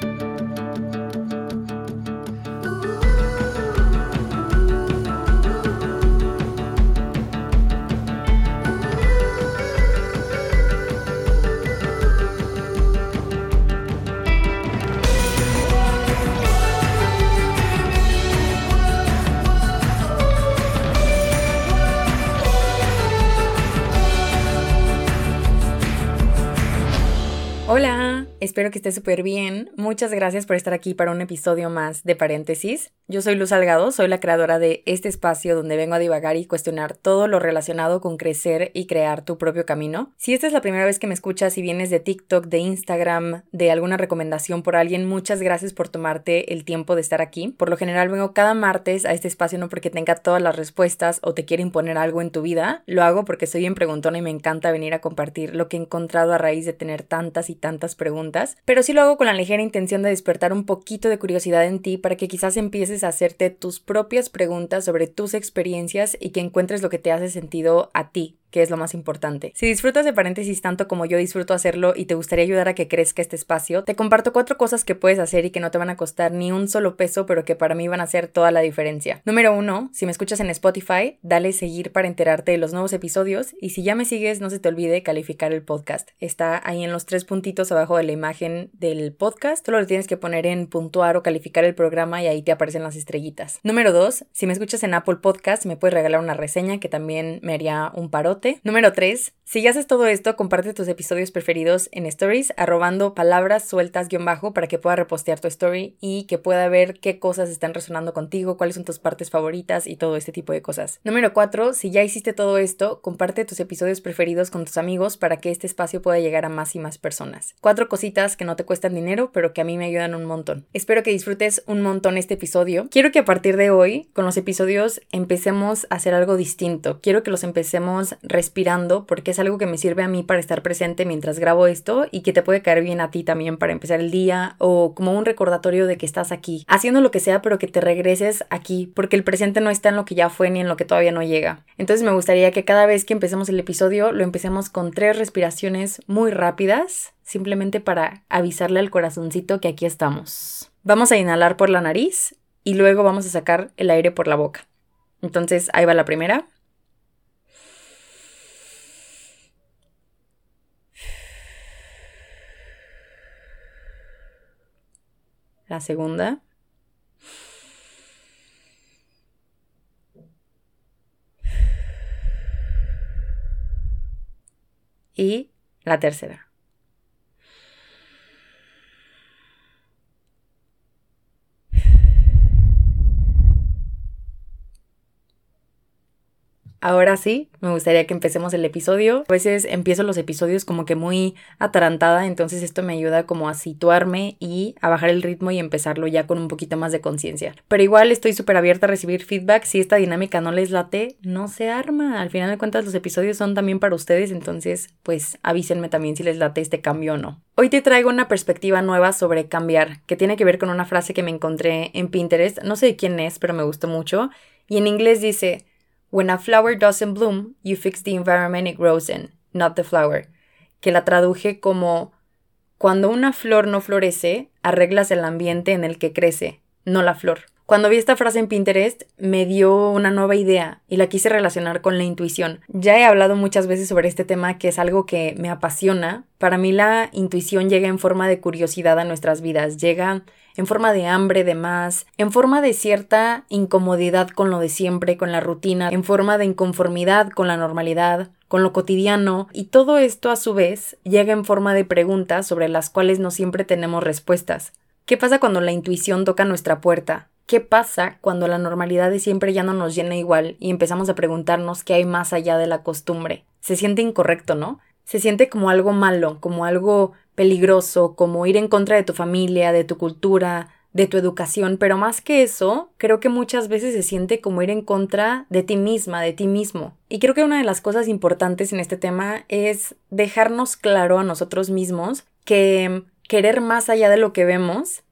Hola, espero que estés súper bien. Muchas gracias por estar aquí para un episodio más de Paréntesis. Yo soy Luz Salgado, soy la creadora de este espacio donde vengo a divagar y cuestionar todo lo relacionado con crecer y crear tu propio camino. Si esta es la primera vez que me escuchas y vienes de TikTok, de Instagram, de alguna recomendación por alguien, muchas gracias por tomarte el tiempo de estar aquí. Por lo general vengo cada martes a este espacio no porque tenga todas las respuestas o te quiera imponer algo en tu vida, lo hago porque soy bien preguntona y me encanta venir a compartir lo que he encontrado a raíz de tener tantas y tantas preguntas, pero sí lo hago con la ligera intención de despertar un poquito de curiosidad en ti para que quizás empieces a hacerte tus propias preguntas sobre tus experiencias y que encuentres lo que te hace sentido a ti, que es lo más importante. Si disfrutas de Paréntesis tanto como yo disfruto hacerlo y te gustaría ayudar a que crezca este espacio, te comparto 4 cosas que puedes hacer y que no te van a costar ni un solo peso, pero que para mí van a hacer toda la diferencia. Número 1, si me escuchas en Spotify, dale seguir para enterarte de los nuevos episodios y si ya me sigues, no se te olvide calificar el podcast. Está ahí en los 3 puntitos abajo de la imagen del podcast. Solo le tienes que poner en puntuar o calificar el programa y ahí te aparecen las estrellitas. Número 2, si me escuchas en Apple Podcast, me puedes regalar una reseña que también me haría un parote. Número 3, si ya haces todo esto, comparte tus episodios preferidos en stories, arrobando palabras sueltas _ para que pueda repostear tu story y que pueda ver qué cosas están resonando contigo, cuáles son tus partes favoritas y todo este tipo de cosas. Número 4, si ya hiciste todo esto, comparte tus episodios preferidos con tus amigos para que este espacio pueda llegar a más y más personas. 4 cositas que no te cuestan dinero, pero que a mí me ayudan un montón. Espero que disfrutes un montón este episodio. Quiero que a partir de hoy, con los episodios, empecemos a hacer algo distinto. Quiero que los empecemos respirando porque es algo que me sirve a mí para estar presente mientras grabo esto y que te puede caer bien a ti también para empezar el día o como un recordatorio de que estás aquí, haciendo lo que sea pero que te regreses aquí porque el presente no está en lo que ya fue ni en lo que todavía no llega. Entonces me gustaría que cada vez que empecemos el episodio lo empecemos con 3 respiraciones muy rápidas, simplemente para avisarle al corazoncito que aquí estamos. Vamos a inhalar por la nariz y luego vamos a sacar el aire por la boca. Entonces ahí va la primera. La segunda. Y la tercera. Ahora sí, me gustaría que empecemos el episodio. A veces empiezo los episodios como que muy atarantada, entonces esto me ayuda como a situarme y a bajar el ritmo y empezarlo ya con un poquito más de conciencia. Pero igual estoy súper abierta a recibir feedback. Si esta dinámica no les late, no se arma. Al final de cuentas los episodios son también para ustedes, entonces pues avísenme también si les late este cambio o no. Hoy te traigo una perspectiva nueva sobre cambiar, que tiene que ver con una frase que me encontré en Pinterest. No sé de quién es, pero me gustó mucho. Y en inglés dice: "When a flower doesn't bloom, you fix the environment it grows in, not the flower", que la traduje como: cuando una flor no florece, arreglas el ambiente en el que crece, no la flor. Cuando vi esta frase en Pinterest, me dio una nueva idea y la quise relacionar con la intuición. Ya he hablado muchas veces sobre este tema, que es algo que me apasiona. Para mí la intuición llega en forma de curiosidad a nuestras vidas, llega en forma de hambre de más, en forma de cierta incomodidad con lo de siempre, con la rutina, en forma de inconformidad con la normalidad, con lo cotidiano, y todo esto a su vez llega en forma de preguntas sobre las cuales no siempre tenemos respuestas. ¿Qué pasa cuando la intuición toca nuestra puerta? ¿Qué pasa cuando la normalidad de siempre ya no nos llena igual y empezamos a preguntarnos qué hay más allá de la costumbre? Se siente incorrecto, ¿no? Se siente como algo malo, como algo peligroso, como ir en contra de tu familia, de tu cultura, de tu educación, pero más que eso, creo que muchas veces se siente como ir en contra de ti misma, de ti mismo. Y creo que una de las cosas importantes en este tema es dejarnos claro a nosotros mismos que querer más allá de lo que vemos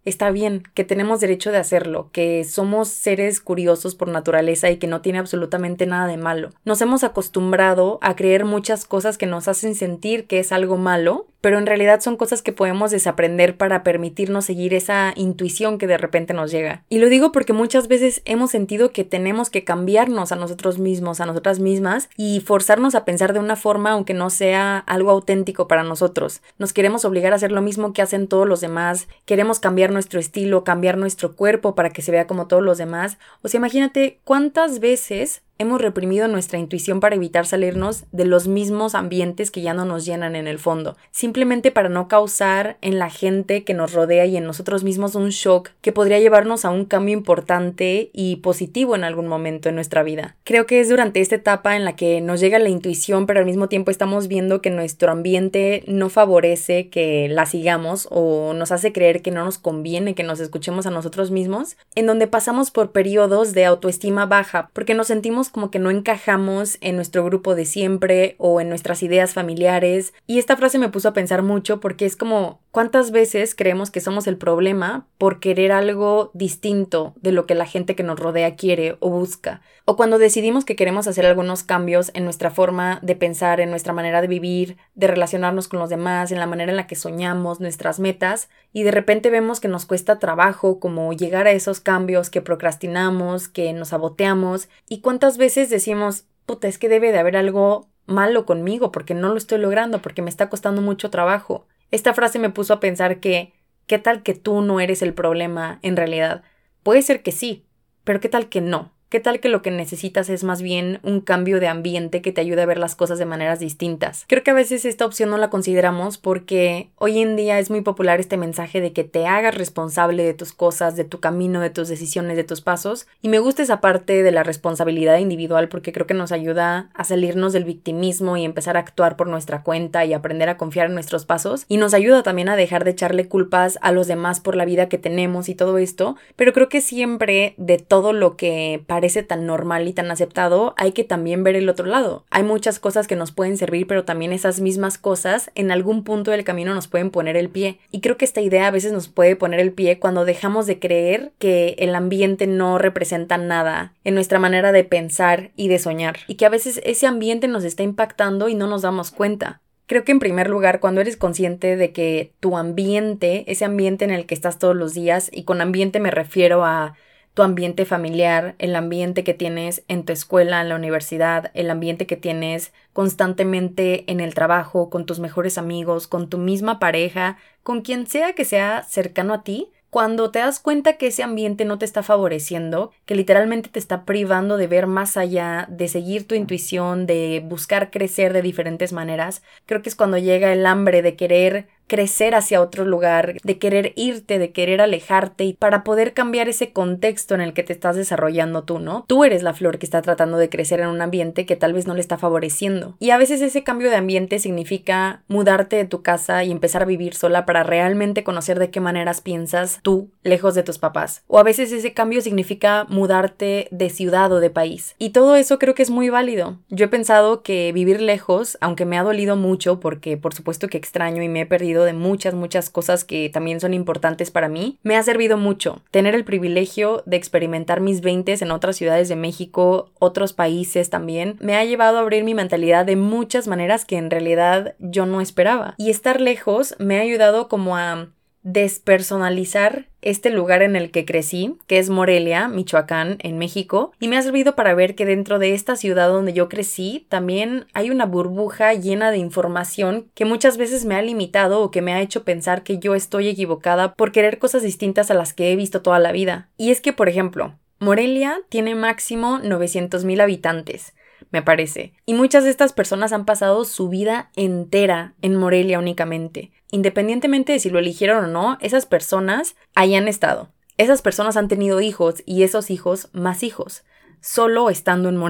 está bien, que tenemos derecho de hacerlo, que somos seres curiosos por naturaleza y que no tiene absolutamente nada de malo. Nos hemos acostumbrado a creer muchas cosas que nos hacen sentir que es algo malo, pero en realidad son cosas que podemos desaprender para permitirnos seguir esa intuición que de repente nos llega. Y lo digo porque muchas veces hemos sentido que tenemos que cambiarnos a nosotros mismos, a nosotras mismas y forzarnos a pensar de una forma aunque no sea algo auténtico para nosotros. Nos queremos obligar a hacer lo mismo que hacen todos los demás, queremos cambiar nuestro estilo, cambiar nuestro cuerpo para que se vea como todos los demás. O sea, imagínate cuántas veces hemos reprimido nuestra intuición para evitar salirnos de los mismos ambientes que ya no nos llenan en el fondo, simplemente para no causar en la gente que nos rodea y en nosotros mismos un shock que podría llevarnos a un cambio importante y positivo en algún momento en nuestra vida. Creo que es durante esta etapa en la que nos llega la intuición, pero al mismo tiempo estamos viendo que nuestro ambiente no favorece que la sigamos o nos hace creer que no nos conviene que nos escuchemos a nosotros mismos, en donde pasamos por periodos de autoestima baja porque nos sentimos como que no encajamos en nuestro grupo de siempre o en nuestras ideas familiares. Y esta frase me puso a pensar mucho porque es como, ¿cuántas veces creemos que somos el problema por querer algo distinto de lo que la gente que nos rodea quiere o busca? O cuando decidimos que queremos hacer algunos cambios en nuestra forma de pensar, en nuestra manera de vivir, de relacionarnos con los demás, en la manera en la que soñamos, nuestras metas, y de repente vemos que nos cuesta trabajo como llegar a esos cambios, que procrastinamos, que nos saboteamos, y cuántas veces decimos, puta, es que debe de haber algo malo conmigo porque no lo estoy logrando, porque me está costando mucho trabajo. Esta frase me puso a pensar que, ¿qué tal que tú no eres el problema en realidad? Puede ser que sí, pero ¿qué tal que no? ¿Qué tal que lo que necesitas es más bien un cambio de ambiente que te ayude a ver las cosas de maneras distintas? Creo que a veces esta opción no la consideramos porque hoy en día es muy popular este mensaje de que te hagas responsable de tus cosas, de tu camino, de tus decisiones, de tus pasos. Y me gusta esa parte de la responsabilidad individual porque creo que nos ayuda a salirnos del victimismo y empezar a actuar por nuestra cuenta y aprender a confiar en nuestros pasos. Y nos ayuda también a dejar de echarle culpas a los demás por la vida que tenemos y todo esto. Pero creo que siempre de todo lo que parece tan normal y tan aceptado, hay que también ver el otro lado. Hay muchas cosas que nos pueden servir, pero también esas mismas cosas en algún punto del camino nos pueden poner el pie. Y creo que esta idea a veces nos puede poner el pie cuando dejamos de creer que el ambiente no representa nada en nuestra manera de pensar y de soñar. Y que a veces ese ambiente nos está impactando y no nos damos cuenta. Creo que en primer lugar, cuando eres consciente de que tu ambiente, ese ambiente en el que estás todos los días, y con ambiente me refiero a tu ambiente familiar, el ambiente que tienes en tu escuela, en la universidad, el ambiente que tienes constantemente en el trabajo, con tus mejores amigos, con tu misma pareja, con quien sea que sea cercano a ti. Cuando te das cuenta que ese ambiente no te está favoreciendo, que literalmente te está privando de ver más allá, de seguir tu intuición, de buscar crecer de diferentes maneras, creo que es cuando llega el hambre de querer crecer hacia otro lugar, de querer irte, de querer alejarte y para poder cambiar ese contexto en el que te estás desarrollando tú, ¿no? Tú eres la flor que está tratando de crecer en un ambiente que tal vez no le está favoreciendo. Y a veces ese cambio de ambiente significa mudarte de tu casa y empezar a vivir sola para realmente conocer de qué maneras piensas tú, lejos de tus papás. O a veces ese cambio significa mudarte de ciudad o de país. Y todo eso creo que es muy válido. Yo he pensado que vivir lejos, aunque me ha dolido mucho porque por supuesto que extraño y me he perdido de muchas cosas que también son importantes para mí, me ha servido mucho. Tener el privilegio de experimentar mis 20s en otras ciudades de México, otros países también, me ha llevado a abrir mi mentalidad de muchas maneras que en realidad yo no esperaba. Y estar lejos me ha ayudado como a despersonalizar este lugar en el que crecí, que es Morelia, Michoacán, en México, y me ha servido para ver que dentro de esta ciudad donde yo crecí también hay una burbuja llena de información que muchas veces me ha limitado o que me ha hecho pensar que yo estoy equivocada por querer cosas distintas a las que he visto toda la vida. Y es que, por ejemplo, Morelia tiene máximo 900,000 habitantes, me parece. Y muchas de estas personas han pasado su vida entera en Morelia únicamente. Independientemente de si lo eligieron o no, esas personas ahí han estado. Esas personas han tenido hijos y esos hijos más hijos, solo estando en Morelia.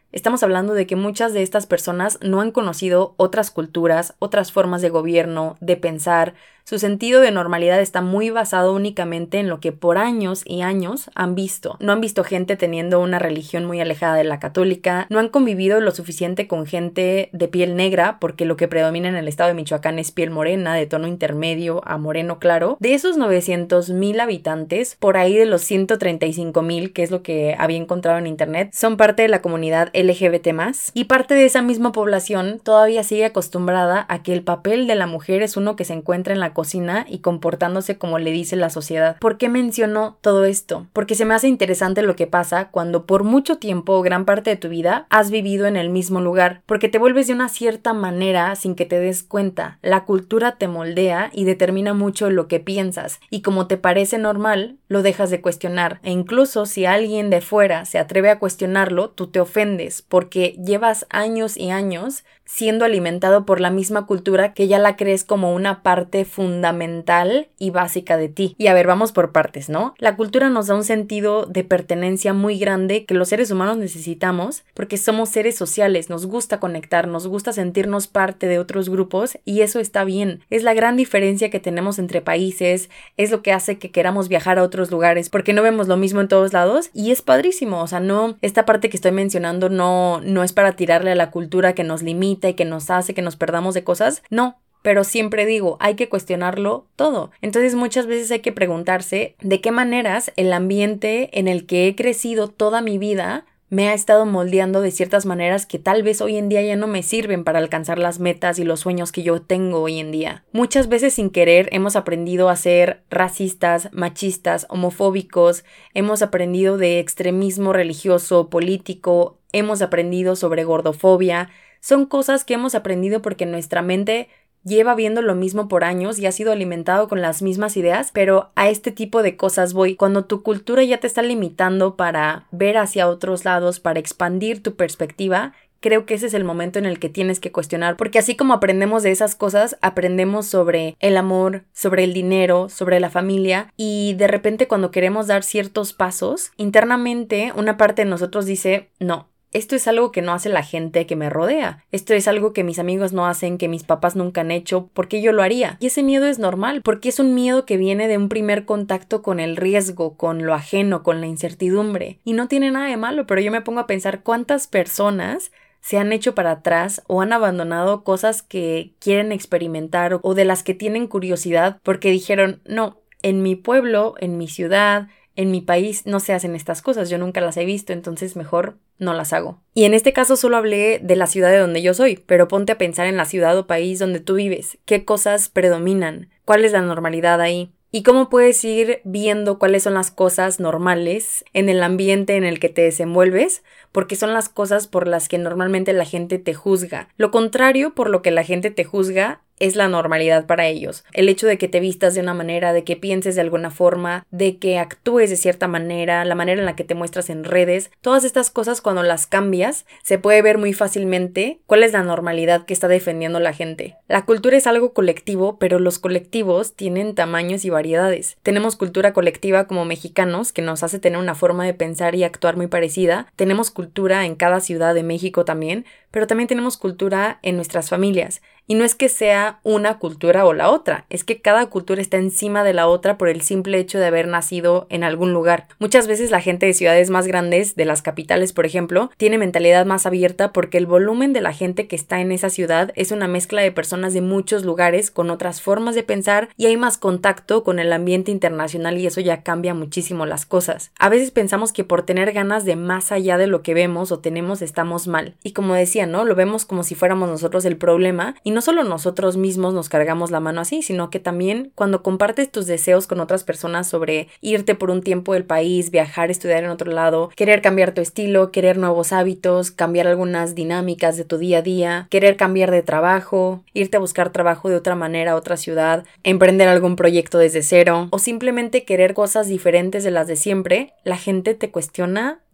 Estamos hablando de que muchas de estas personas no han conocido otras culturas, otras formas de gobierno, de pensar. Su sentido de normalidad está muy basado únicamente en lo que por años y años han visto. No han visto gente teniendo una religión muy alejada de la católica, no han convivido lo suficiente con gente de piel negra, porque lo que predomina en el estado de Michoacán es piel morena, de tono intermedio a moreno claro. De esos 900,000 habitantes, por ahí de los 135,000, que es lo que había encontrado en internet, son parte de la comunidad LGBT+, y parte de esa misma población todavía sigue acostumbrada a que el papel de la mujer es uno que se encuentra en la cocina y comportándose como le dice la sociedad. ¿Por qué menciono todo esto? Porque se me hace interesante lo que pasa cuando por mucho tiempo o gran parte de tu vida has vivido en el mismo lugar, porque te vuelves de una cierta manera sin que te des cuenta. La cultura te moldea y determina mucho lo que piensas, y como te parece normal, lo dejas de cuestionar, e incluso si alguien de fuera se atreve a cuestionarlo, tú te ofendes, porque llevas años y años siendo alimentado por la misma cultura que ya la crees como una parte fundamental y básica de ti. Y a ver, vamos por partes, ¿no? La cultura nos da un sentido de pertenencia muy grande que los seres humanos necesitamos porque somos seres sociales, nos gusta conectar, nos gusta sentirnos parte de otros grupos y eso está bien. Es la gran diferencia que tenemos entre países, es lo que hace que queramos viajar a otros lugares porque no vemos lo mismo en todos lados y es padrísimo, o sea, no, esta parte que estoy mencionando no es para tirarle a la cultura que nos limita y que nos hace que nos perdamos de cosas, no. Pero siempre digo, hay que cuestionarlo todo. Entonces muchas veces hay que preguntarse de qué maneras el ambiente en el que he crecido toda mi vida me ha estado moldeando de ciertas maneras que tal vez hoy en día ya no me sirven para alcanzar las metas y los sueños que yo tengo hoy en día. Muchas veces sin querer hemos aprendido a ser racistas, machistas, homofóbicos, hemos aprendido de extremismo religioso, político, hemos aprendido sobre gordofobia. Son cosas que hemos aprendido porque nuestra mente lleva viendo lo mismo por años y ha sido alimentado con las mismas ideas, pero a este tipo de cosas voy. Cuando tu cultura ya te está limitando para ver hacia otros lados, para expandir tu perspectiva, creo que ese es el momento en el que tienes que cuestionar, porque así como aprendemos de esas cosas, aprendemos sobre el amor, sobre el dinero, sobre la familia, y de repente cuando queremos dar ciertos pasos, internamente una parte de nosotros dice, no. Esto es algo que no hace la gente que me rodea. Esto es algo que mis amigos no hacen, que mis papás nunca han hecho. ¿Por qué yo lo haría? Y ese miedo es normal, porque es un miedo que viene de un primer contacto con el riesgo, con lo ajeno, con la incertidumbre. Y no tiene nada de malo, pero yo me pongo a pensar cuántas personas se han hecho para atrás o han abandonado cosas que quieren experimentar o de las que tienen curiosidad porque dijeron, no, en mi pueblo, en mi ciudad, en mi país no se hacen estas cosas, yo nunca las he visto, entonces mejor no las hago. Y en este caso solo hablé de la ciudad de donde yo soy, pero ponte a pensar en la ciudad o país donde tú vives. ¿Qué cosas predominan? ¿Cuál es la normalidad ahí? ¿Y cómo puedes ir viendo cuáles son las cosas normales en el ambiente en el que te desenvuelves? Porque son las cosas por las que normalmente la gente te juzga. Lo contrario por lo que la gente te juzga es la normalidad para ellos. El hecho de que te vistas de una manera, de que pienses de alguna forma, de que actúes de cierta manera, la manera en la que te muestras en redes, todas estas cosas cuando las cambias, se puede ver muy fácilmente cuál es la normalidad que está defendiendo la gente. La cultura es algo colectivo, pero los colectivos tienen tamaños y variedades. Tenemos cultura colectiva como mexicanos, que nos hace tener una forma de pensar y actuar muy parecida. Tenemos cultura en cada ciudad de México también, pero también tenemos cultura en nuestras familias. Y no es que sea una cultura o la otra, es que cada cultura está encima de la otra por el simple hecho de haber nacido en algún lugar. Muchas veces la gente de ciudades más grandes, de las capitales por ejemplo, tiene mentalidad más abierta porque el volumen de la gente que está en esa ciudad es una mezcla de personas de muchos lugares con otras formas de pensar y hay más contacto con el ambiente internacional y eso ya cambia muchísimo las cosas. A veces pensamos que por tener ganas de más allá de lo que vemos o tenemos estamos mal. Y como decía, ¿no? Lo vemos como si fuéramos nosotros el problema y no solo nosotros mismos nos cargamos la mano así, sino que también cuando compartes tus deseos con otras personas sobre irte por un tiempo del país, viajar, estudiar en otro lado, querer cambiar tu estilo, querer nuevos hábitos, cambiar algunas dinámicas de tu día a día, querer cambiar de trabajo, irte a buscar trabajo de otra manera a otra ciudad, emprender algún proyecto desde cero o simplemente querer cosas diferentes de las de siempre, la gente te cuestiona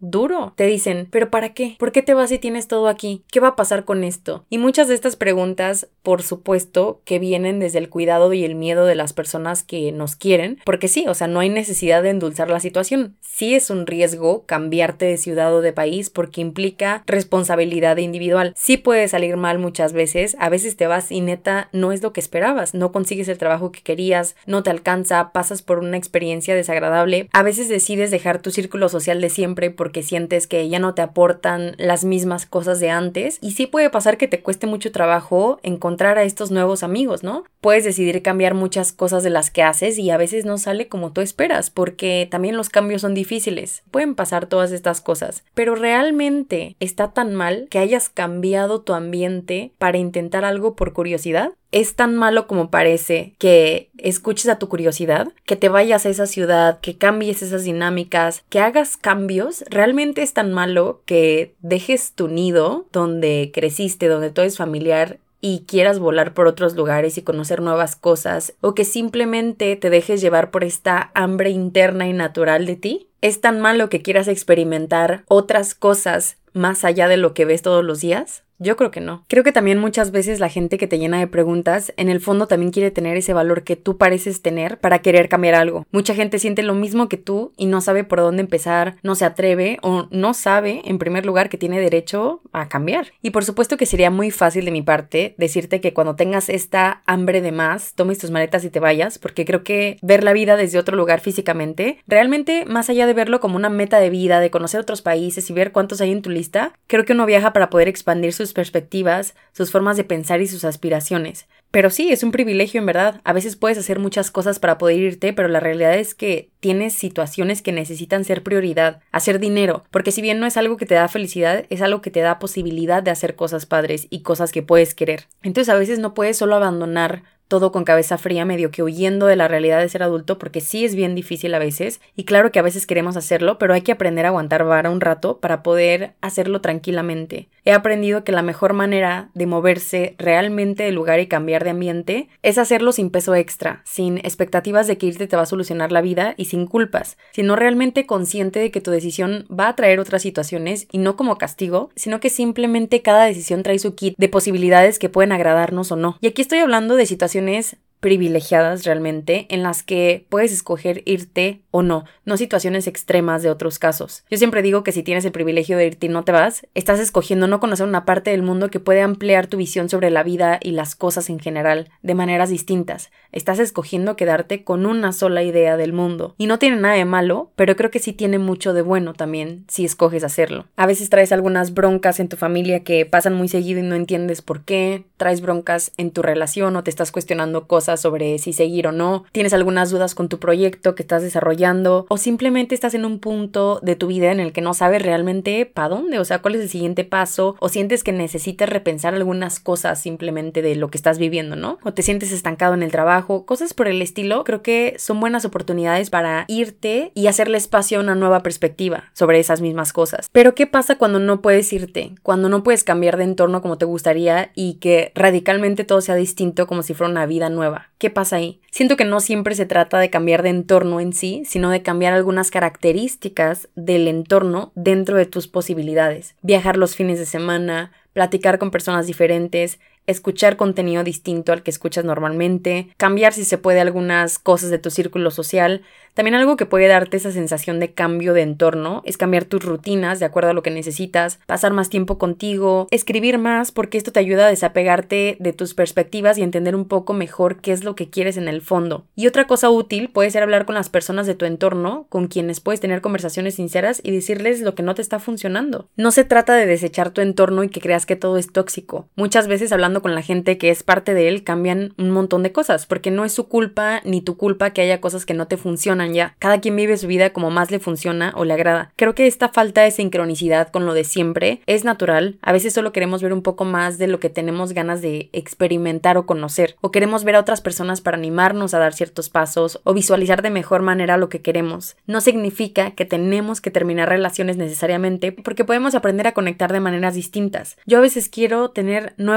duro. Te dicen, ¿pero para qué? ¿Por qué te vas si tienes todo aquí? ¿Qué va a pasar con esto? Y muchas de estas preguntas, por supuesto, que vienen desde el cuidado y el miedo de las personas que nos quieren, porque sí, o sea, no hay necesidad de endulzar la situación. Sí es un riesgo cambiarte de ciudad o de país porque implica responsabilidad individual. Sí puede salir mal muchas veces, a veces te vas y neta no es lo que esperabas, no consigues el trabajo que querías, no te alcanza, pasas por una experiencia desagradable, a veces decides dejar tu círculo social de siempre porque sientes que ya no te aportan las mismas cosas de antes y sí puede pasar que te cueste mucho trabajo encontrar a estos nuevos amigos, ¿no? Puedes decidir cambiar muchas cosas de las que haces y a veces no sale como tú esperas porque también los cambios son difíciles. Pueden pasar todas estas cosas, pero realmente está tan mal que hayas cambiado tu ambiente para intentar algo por curiosidad. ¿Es tan malo como parece que escuches a tu curiosidad, que te vayas a esa ciudad, que cambies esas dinámicas, que hagas cambios? ¿Realmente es tan malo que dejes tu nido donde creciste, donde todo es familiar y quieras volar por otros lugares y conocer nuevas cosas, o que simplemente te dejes llevar por esta hambre interna y natural de ti? ¿Es tan malo que quieras experimentar otras cosas más allá de lo que ves todos los días? Yo creo que no. Creo que también muchas veces la gente que te llena de preguntas, en el fondo también quiere tener ese valor que tú pareces tener para querer cambiar algo. Mucha gente siente lo mismo que tú y no sabe por dónde empezar, no se atreve o no sabe, en primer lugar, que tiene derecho a cambiar. Y por supuesto que sería muy fácil de mi parte decirte que cuando tengas esta hambre de más, tomes tus maletas y te vayas, porque creo que ver la vida desde otro lugar físicamente, realmente más allá de verlo como una meta de vida, de conocer otros países y ver cuántos hay en tu lista, creo que uno viaja para poder expandir sus perspectivas, sus formas de pensar y sus aspiraciones. Pero sí, es un privilegio en verdad. A veces puedes hacer muchas cosas para poder irte, pero la realidad es que tienes situaciones que necesitan ser prioridad, hacer dinero, porque si bien no es algo que te da felicidad, es algo que te da posibilidad de hacer cosas padres y cosas que puedes querer. Entonces a veces no puedes solo abandonar todo con cabeza fría, medio que huyendo de la realidad de ser adulto, porque sí es bien difícil a veces, y claro que a veces queremos hacerlo, pero hay que aprender a aguantar vara un rato para poder hacerlo tranquilamente. He aprendido que la mejor manera de moverse realmente de lugar y cambiar de ambiente es hacerlo sin peso extra, sin expectativas de que irte te va a solucionar la vida y sin culpas, sino realmente consciente de que tu decisión va a traer otras situaciones y no como castigo, sino que simplemente cada decisión trae su kit de posibilidades que pueden agradarnos o no. Y aquí estoy hablando de situaciones privilegiadas realmente en las que puedes escoger irte o no situaciones extremas de otros casos. Yo siempre digo que si tienes el privilegio de irte y no te vas, estás escogiendo no conocer una parte del mundo que puede ampliar tu visión sobre la vida y las cosas en general de maneras distintas. Estás escogiendo quedarte con una sola idea del mundo. Y no tiene nada de malo, pero creo que sí tiene mucho de bueno también si escoges hacerlo. A veces traes algunas broncas en tu familia que pasan muy seguido y no entiendes por qué. Traes broncas en tu relación o te estás cuestionando cosas sobre si seguir o no. Tienes algunas dudas con tu proyecto que estás desarrollando o simplemente estás en un punto de tu vida en el que no sabes realmente para dónde, o sea, cuál es el siguiente paso, o sientes que necesitas repensar algunas cosas simplemente de lo que estás viviendo, ¿no? O te sientes estancado en el trabajo, cosas por el estilo. Creo que son buenas oportunidades para irte y hacerle espacio a una nueva perspectiva sobre esas mismas cosas. Pero ¿qué pasa cuando no puedes irte? Cuando no puedes cambiar de entorno como te gustaría y que radicalmente todo sea distinto como si fuera una vida nueva. ¿Qué pasa ahí? Siento que no siempre se trata de cambiar de entorno en sí, sino de cambiar algunas características del entorno dentro de tus posibilidades. Viajar los fines de semana, platicar con personas diferentes, escuchar contenido distinto al que escuchas normalmente, cambiar si se puede algunas cosas de tu círculo social. También algo que puede darte esa sensación de cambio de entorno es cambiar tus rutinas de acuerdo a lo que necesitas, pasar más tiempo contigo, escribir más porque esto te ayuda a desapegarte de tus perspectivas y entender un poco mejor qué es lo que quieres en el fondo. Y otra cosa útil puede ser hablar con las personas de tu entorno, con quienes puedes tener conversaciones sinceras y decirles lo que no te está funcionando. No se trata de desechar tu entorno y que creas que todo es tóxico. Muchas veces hablando con la gente que es parte de él cambian un montón de cosas, porque no es su culpa ni tu culpa que haya cosas que no te funcionan ya. Cada quien vive su vida como más le funciona o le agrada. Creo que esta falta de sincronicidad con lo de siempre es natural. A veces solo queremos ver un poco más de lo que tenemos ganas de experimentar o conocer, o queremos ver a otras personas para animarnos a dar ciertos pasos o visualizar de mejor manera lo que queremos. No significa que tenemos que terminar relaciones necesariamente, porque podemos aprender a conectar de maneras distintas. Yo a veces quiero tener nuevos amigos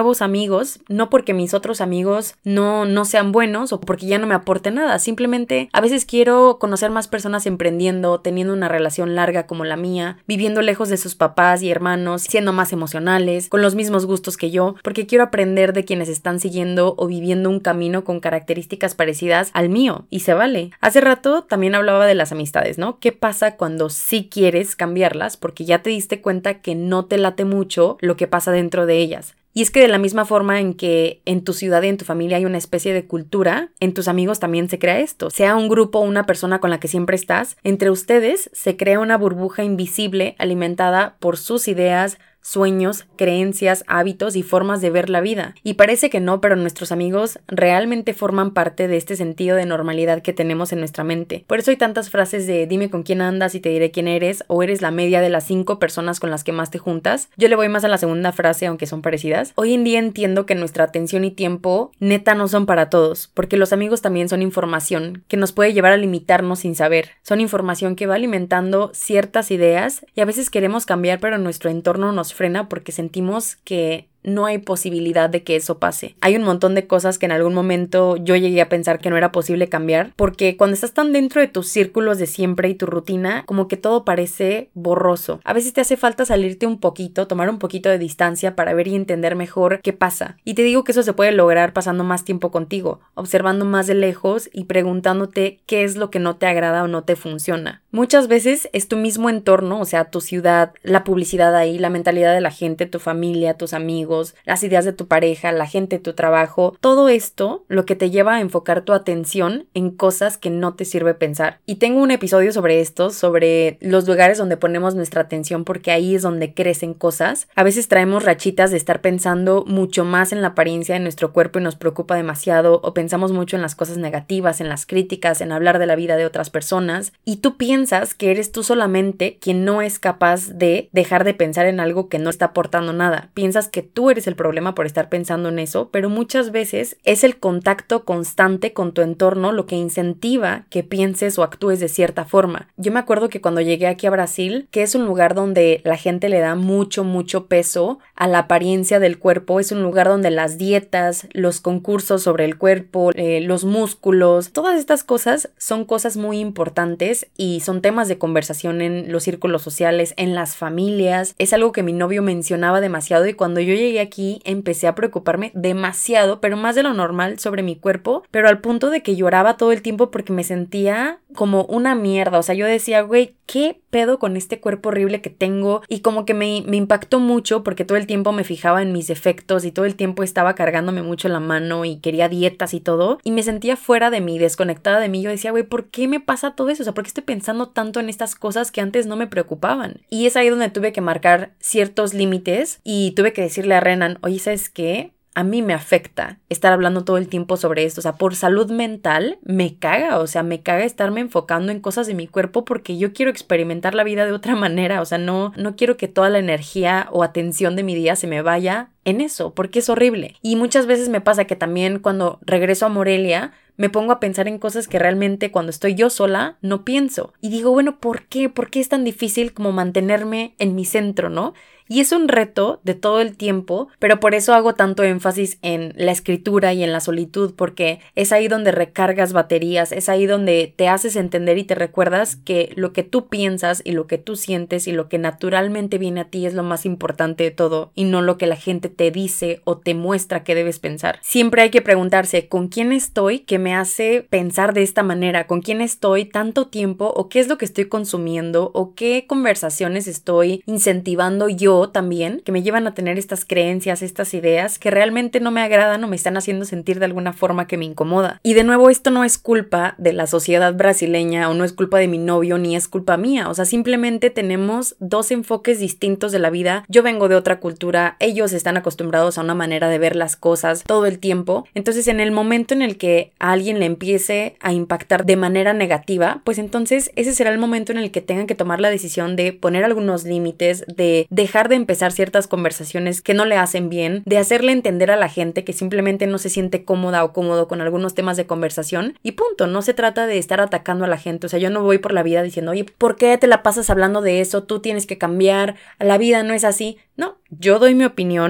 amigos, no porque mis otros amigos no sean buenos o porque ya no me aporten nada, simplemente a veces quiero conocer más personas emprendiendo, teniendo una relación larga como la mía, viviendo lejos de sus papás y hermanos, siendo más emocionales, con los mismos gustos que yo, porque quiero aprender de quienes están siguiendo o viviendo un camino con características parecidas al mío, y se vale. Hace rato también hablaba de las amistades, ¿no? ¿Qué pasa cuando sí quieres cambiarlas porque ya te diste cuenta que no te late mucho lo que pasa dentro de ellas? Y es que de la misma forma en que en tu ciudad y en tu familia hay una especie de cultura, en tus amigos también se crea esto. Sea un grupo o una persona con la que siempre estás, entre ustedes se crea una burbuja invisible alimentada por sus ideas, sueños, creencias, hábitos y formas de ver la vida. Y parece que no, pero nuestros amigos realmente forman parte de este sentido de normalidad que tenemos en nuestra mente. Por eso hay tantas frases de dime con quién andas y te diré quién eres, o eres la media de las 5 personas con las que más te juntas. Yo le voy más a la segunda frase, aunque son parecidas. Hoy en día entiendo que nuestra atención y tiempo neta no son para todos, porque los amigos también son información que nos puede llevar a limitarnos sin saber. Son información que va alimentando ciertas ideas y a veces queremos cambiar, pero nuestro entorno nos frena porque sentimos que no hay posibilidad de que eso pase. Hay un montón de cosas que en algún momento yo llegué a pensar que no era posible cambiar, porque cuando estás tan dentro de tus círculos de siempre y tu rutina, como que todo parece borroso. A veces te hace falta salirte un poquito, tomar un poquito de distancia para ver y entender mejor qué pasa. Y te digo que eso se puede lograr pasando más tiempo contigo, observando más de lejos y preguntándote qué es lo que no te agrada o no te funciona. Muchas veces es tu mismo entorno, o sea, tu ciudad, la publicidad ahí, la mentalidad de la gente, tu familia, tus amigos, las ideas de tu pareja, la gente de tu trabajo, todo esto lo que te lleva a enfocar tu atención en cosas que no te sirve pensar. Y tengo un episodio sobre esto, sobre los lugares donde ponemos nuestra atención porque ahí es donde crecen cosas. A veces traemos rachitas de estar pensando mucho más en la apariencia de nuestro cuerpo y nos preocupa demasiado, o pensamos mucho en las cosas negativas, en las críticas, en hablar de la vida de otras personas, y tú piensas que eres tú solamente quien no es capaz de dejar de pensar en algo que no está aportando nada. Piensas que tú eres el problema por estar pensando en eso, pero muchas veces es el contacto constante con tu entorno lo que incentiva que pienses o actúes de cierta forma. Yo me acuerdo que cuando llegué aquí a Brasil, que es un lugar donde la gente le da mucho peso a la apariencia del cuerpo, es un lugar donde las dietas, los concursos sobre el cuerpo, los músculos, todas estas cosas son cosas muy importantes y son temas de conversación en los círculos sociales, en las familias. Es algo que mi novio mencionaba demasiado, y cuando yo llegué aquí empecé a preocuparme demasiado, pero más de lo normal, sobre mi cuerpo, pero al punto de que lloraba todo el tiempo porque me sentía como una mierda. O sea, yo decía, güey, ¿qué pedo con este cuerpo horrible que tengo? Y como que me impactó mucho porque todo el tiempo me fijaba en mis defectos y todo el tiempo estaba cargándome mucho la mano y quería dietas y todo, y me sentía fuera de mí, desconectada de mí. Yo decía, güey, ¿por qué me pasa todo eso? O sea, ¿por qué estoy pensando tanto en estas cosas que antes no me preocupaban? Y es ahí donde tuve que marcar ciertos límites y tuve que decirle a Renan, oye, ¿sabes qué? A mí me afecta estar hablando todo el tiempo sobre esto. O sea, por salud mental me caga. O sea, me caga estarme enfocando en cosas de mi cuerpo porque yo quiero experimentar la vida de otra manera. O sea, no quiero que toda la energía o atención de mi día se me vaya en eso, porque es horrible. Y muchas veces me pasa que también cuando regreso a Morelia me pongo a pensar en cosas que realmente cuando estoy yo sola no pienso. Y digo, bueno, ¿por qué? ¿Por qué es tan difícil como mantenerme en mi centro, no? Y es un reto de todo el tiempo, pero por eso hago tanto énfasis en la escritura y en la solitud, porque es ahí donde recargas baterías, es ahí donde te haces entender y te recuerdas que lo que tú piensas y lo que tú sientes y lo que naturalmente viene a ti es lo más importante de todo, y no lo que la gente te dice o te muestra que debes pensar. Siempre hay que preguntarse, ¿con quién estoy que me hace pensar de esta manera? ¿Con quién estoy tanto tiempo? ¿O qué es lo que estoy consumiendo? ¿O qué conversaciones estoy incentivando yo también, que me llevan a tener estas creencias, estas ideas que realmente no me agradan o me están haciendo sentir de alguna forma que me incomoda? Y de nuevo, esto no es culpa de la sociedad brasileña o no es culpa de mi novio ni es culpa mía. O sea, simplemente tenemos dos enfoques distintos de la vida. Yo vengo de otra cultura, ellos están acostumbrados a una manera de ver las cosas todo el tiempo. Entonces, en el momento en el que a alguien le empiece a impactar de manera negativa, pues entonces ese será el momento en el que tengan que tomar la decisión de poner algunos límites, de dejar de empezar ciertas conversaciones que no le hacen bien, de hacerle entender a la gente que simplemente no se siente cómoda o cómodo con algunos temas de conversación, y punto. No se trata de estar atacando a la gente. O sea, yo no voy por la vida diciendo, oye, ¿por qué te la pasas hablando de eso? Tú tienes que cambiar, la vida no es así. No, yo doy mi opinión,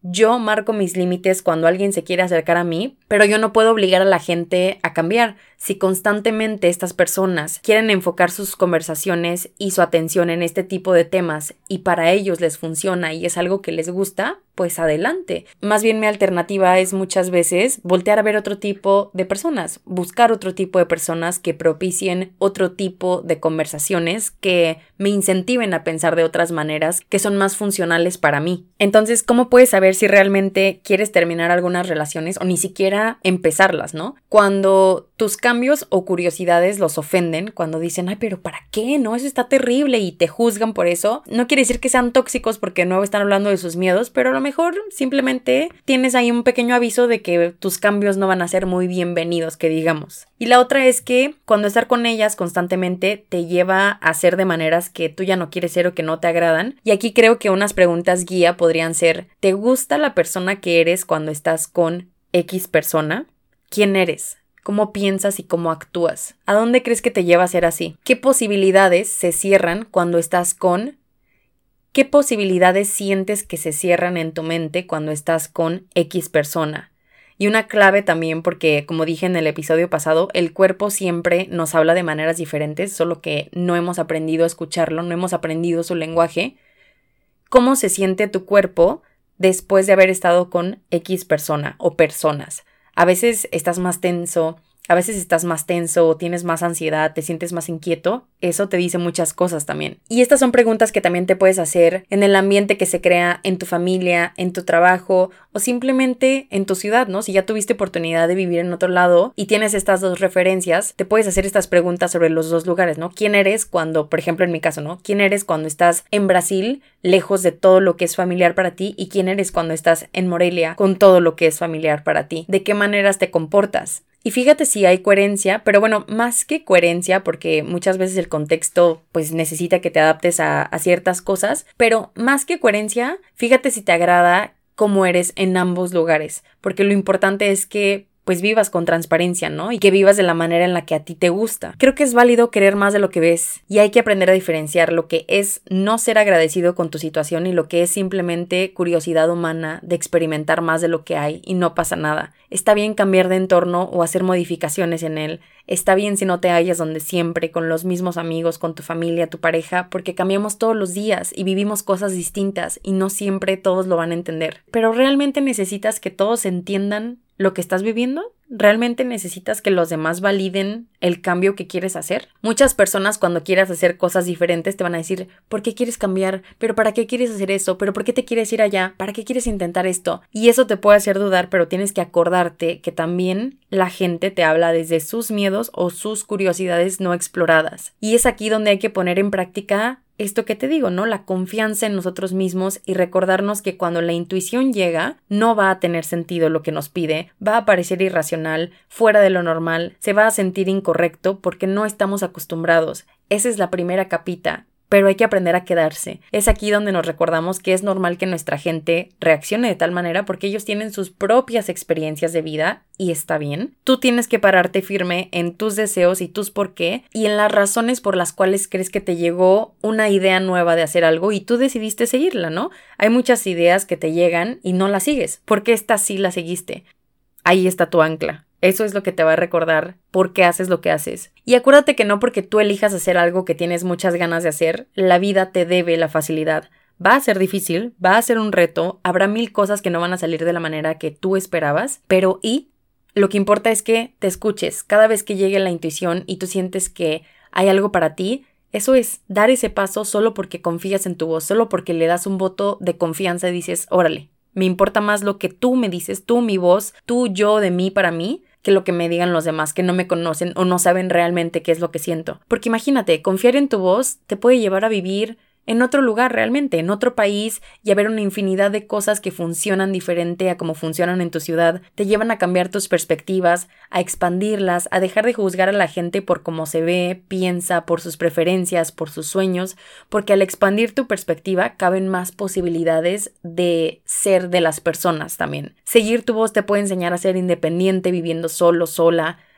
Yo marco mis límites cuando alguien se quiere acercar a mí, pero yo no puedo obligar a la gente a cambiar. Si constantemente estas personas quieren enfocar sus conversaciones y su atención en este tipo de temas y para ellos les funciona y es algo que les gusta, pues adelante. Más bien mi alternativa es muchas veces voltear a ver otro tipo de personas, buscar otro tipo de personas que propicien otro tipo de conversaciones, que me incentiven a pensar de otras maneras que son más funcionales para mí. Entonces, ¿cómo puedes saber si realmente quieres terminar algunas relaciones o ni siquiera empezarlas, ¿no? Cuando tus cambios o curiosidades los ofenden, cuando dicen, ay, pero ¿para qué? No, eso está terrible y te juzgan por eso. No quiere decir que sean tóxicos porque no están hablando de sus miedos, pero a lo mejor simplemente tienes ahí un pequeño aviso de que tus cambios no van a ser muy bienvenidos, que digamos. Y la otra es que cuando estar con ellas constantemente te lleva a hacer de maneras que tú ya no quieres ser o que no te agradan. Y aquí creo que unas preguntas guía podrían ser, ¿te gusta la persona que eres cuando estás con X persona? ¿Quién eres? ¿Cómo piensas y cómo actúas? ¿A dónde crees que te lleva a ser así? ¿Qué posibilidades se cierran cuando estás con? ¿Qué posibilidades sientes que se cierran en tu mente cuando estás con X persona? Y una clave también porque, como dije en el episodio pasado, el cuerpo siempre nos habla de maneras diferentes, solo que no hemos aprendido a escucharlo, no hemos aprendido su lenguaje. ¿Cómo se siente tu cuerpo después de haber estado con X persona o personas? A veces estás más tenso, a veces estás más tenso o tienes más ansiedad, te sientes más inquieto. Eso te dice muchas cosas también. Y estas son preguntas que también te puedes hacer en el ambiente que se crea en tu familia, en tu trabajo o simplemente en tu ciudad, ¿no? Si ya tuviste oportunidad de vivir en otro lado y tienes estas dos referencias, te puedes hacer estas preguntas sobre los dos lugares, ¿no? ¿Quién eres cuando, por ejemplo en mi caso, ¿no? ¿Quién eres cuando estás en Brasil, lejos de todo lo que es familiar para ti? ¿Y quién eres cuando estás en Morelia, con todo lo que es familiar para ti? ¿De qué maneras te comportas? Y fíjate si hay coherencia, pero bueno, más que coherencia, porque muchas veces el contexto pues necesita que te adaptes a ciertas cosas, pero más que coherencia, fíjate si te agrada cómo eres en ambos lugares, porque lo importante es que pues vivas con transparencia, ¿no? Y que vivas de la manera en la que a ti te gusta. Creo que es válido querer más de lo que ves y hay que aprender a diferenciar lo que es no ser agradecido con tu situación y lo que es simplemente curiosidad humana de experimentar más de lo que hay y no pasa nada. Está bien cambiar de entorno o hacer modificaciones en él. Está bien si no te hallas donde siempre, con los mismos amigos, con tu familia, tu pareja, porque cambiamos todos los días y vivimos cosas distintas y no siempre todos lo van a entender. Pero ¿realmente necesitas que todos entiendan lo que estás viviendo? ¿Realmente necesitas que los demás validen el cambio que quieres hacer? Muchas personas cuando quieras hacer cosas diferentes te van a decir, ¿por qué quieres cambiar? ¿Pero para qué quieres hacer eso? ¿Pero por qué te quieres ir allá? ¿Para qué quieres intentar esto? Y eso te puede hacer dudar, pero tienes que acordarte que también la gente te habla desde sus miedos o sus curiosidades no exploradas. Y es aquí donde hay que poner en práctica esto que te digo, ¿no? La confianza en nosotros mismos y recordarnos que cuando la intuición llega, no va a tener sentido lo que nos pide, va a parecer irracional, fuera de lo normal, se va a sentir incorrecto porque no estamos acostumbrados. Esa es la primera capita. Pero hay que aprender a quedarse. Es aquí donde nos recordamos que es normal que nuestra gente reaccione de tal manera porque ellos tienen sus propias experiencias de vida y está bien. Tú tienes que pararte firme en tus deseos y tus por qué y en las razones por las cuales crees que te llegó una idea nueva de hacer algo y tú decidiste seguirla, ¿no? Hay muchas ideas que te llegan y no las sigues. ¿Por qué esta sí la seguiste? Ahí está tu ancla. Eso es lo que te va a recordar por qué haces lo que haces. Y acuérdate que no porque tú elijas hacer algo que tienes muchas ganas de hacer, la vida te debe la facilidad. Va a ser difícil, va a ser un reto, habrá 1000 cosas que no van a salir de la manera que tú esperabas, pero lo que importa es que te escuches. Cada vez que llegue la intuición y tú sientes que hay algo para ti, eso es, dar ese paso solo porque confías en tu voz, solo porque le das un voto de confianza y dices, órale. Me importa más lo que tú me dices, tú, mi voz, tú, yo, de mí, para mí, que lo que me digan los demás que no me conocen o no saben realmente qué es lo que siento. Porque imagínate, confiar en tu voz te puede llevar a vivir en otro lugar realmente, en otro país y a ver una infinidad de cosas que funcionan diferente a como funcionan en tu ciudad. Te llevan a cambiar tus perspectivas, a expandirlas, a dejar de juzgar a la gente por cómo se ve, piensa, por sus preferencias, por sus sueños, porque al expandir tu perspectiva caben más posibilidades de ser de las personas también. Seguir tu voz te puede enseñar a ser independiente, viviendo solo, sola,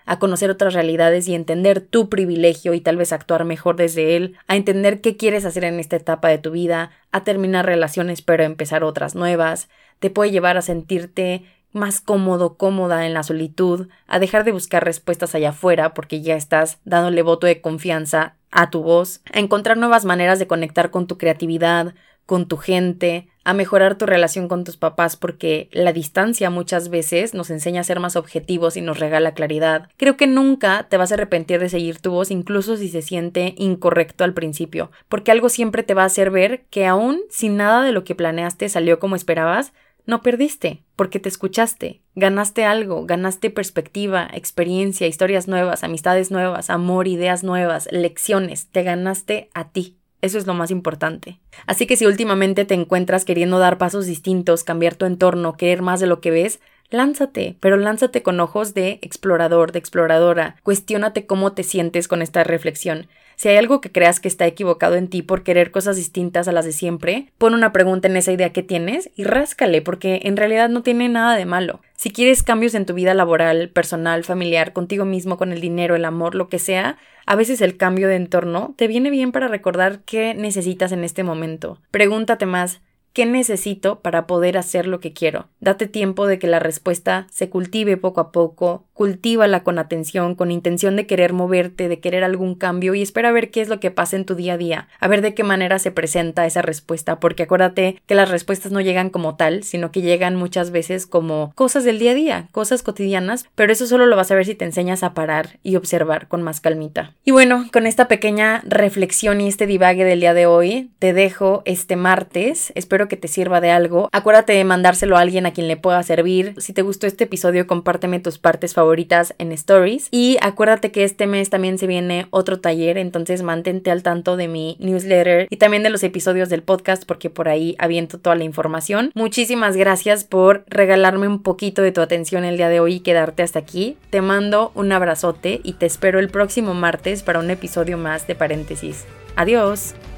a conocer otras realidades y entender tu privilegio y tal vez actuar mejor desde él, a entender qué quieres hacer en esta etapa de tu vida, a terminar relaciones pero empezar otras nuevas. Te puede llevar a sentirte más cómodo, cómoda en la solitud, a dejar de buscar respuestas allá afuera porque ya estás dándole voto de confianza a tu voz, a encontrar nuevas maneras de conectar con tu creatividad, con tu gente, a mejorar tu relación con tus papás porque la distancia muchas veces nos enseña a ser más objetivos y nos regala claridad. Creo que nunca te vas a arrepentir de seguir tu voz incluso si se siente incorrecto al principio, porque algo siempre te va a hacer ver que aún si nada de lo que planeaste salió como esperabas, no perdiste, porque te escuchaste, ganaste algo, ganaste perspectiva, experiencia, historias nuevas, amistades nuevas, amor, ideas nuevas, lecciones, te ganaste a ti. Eso es lo más importante. Así que si últimamente te encuentras queriendo dar pasos distintos, cambiar tu entorno, querer más de lo que ves, lánzate, pero lánzate con ojos de explorador, de exploradora. Cuestiónate cómo te sientes con esta reflexión. Si hay algo que creas que está equivocado en ti por querer cosas distintas a las de siempre, pon una pregunta en esa idea que tienes y ráscale, porque en realidad no tiene nada de malo. Si quieres cambios en tu vida laboral, personal, familiar, contigo mismo, con el dinero, el amor, lo que sea, a veces el cambio de entorno te viene bien para recordar qué necesitas en este momento. Pregúntate más, ¿qué necesito para poder hacer lo que quiero? Date tiempo de que la respuesta se cultive poco a poco, cultívala con atención, con intención de querer moverte, de querer algún cambio y espera a ver qué es lo que pasa en tu día a día, a ver de qué manera se presenta esa respuesta, porque acuérdate que las respuestas no llegan como tal, sino que llegan muchas veces como cosas del día a día, cosas cotidianas, pero eso solo lo vas a ver si te enseñas a parar y observar con más calmita. Y bueno, con esta pequeña reflexión y este divague del día de hoy, te dejo este martes, espero que te sirva de algo. Acuérdate de mandárselo a alguien a quien le pueda servir. Si te gustó este episodio, compárteme tus partes favoritas en stories. Y acuérdate que este mes también se viene otro taller, entonces mantente al tanto de mi newsletter y también de los episodios del podcast porque por ahí aviento toda la información. Muchísimas gracias por regalarme un poquito de tu atención el día de hoy y quedarte hasta aquí. Te mando un abrazote y te espero el próximo martes para un episodio más de Paréntesis. Adiós.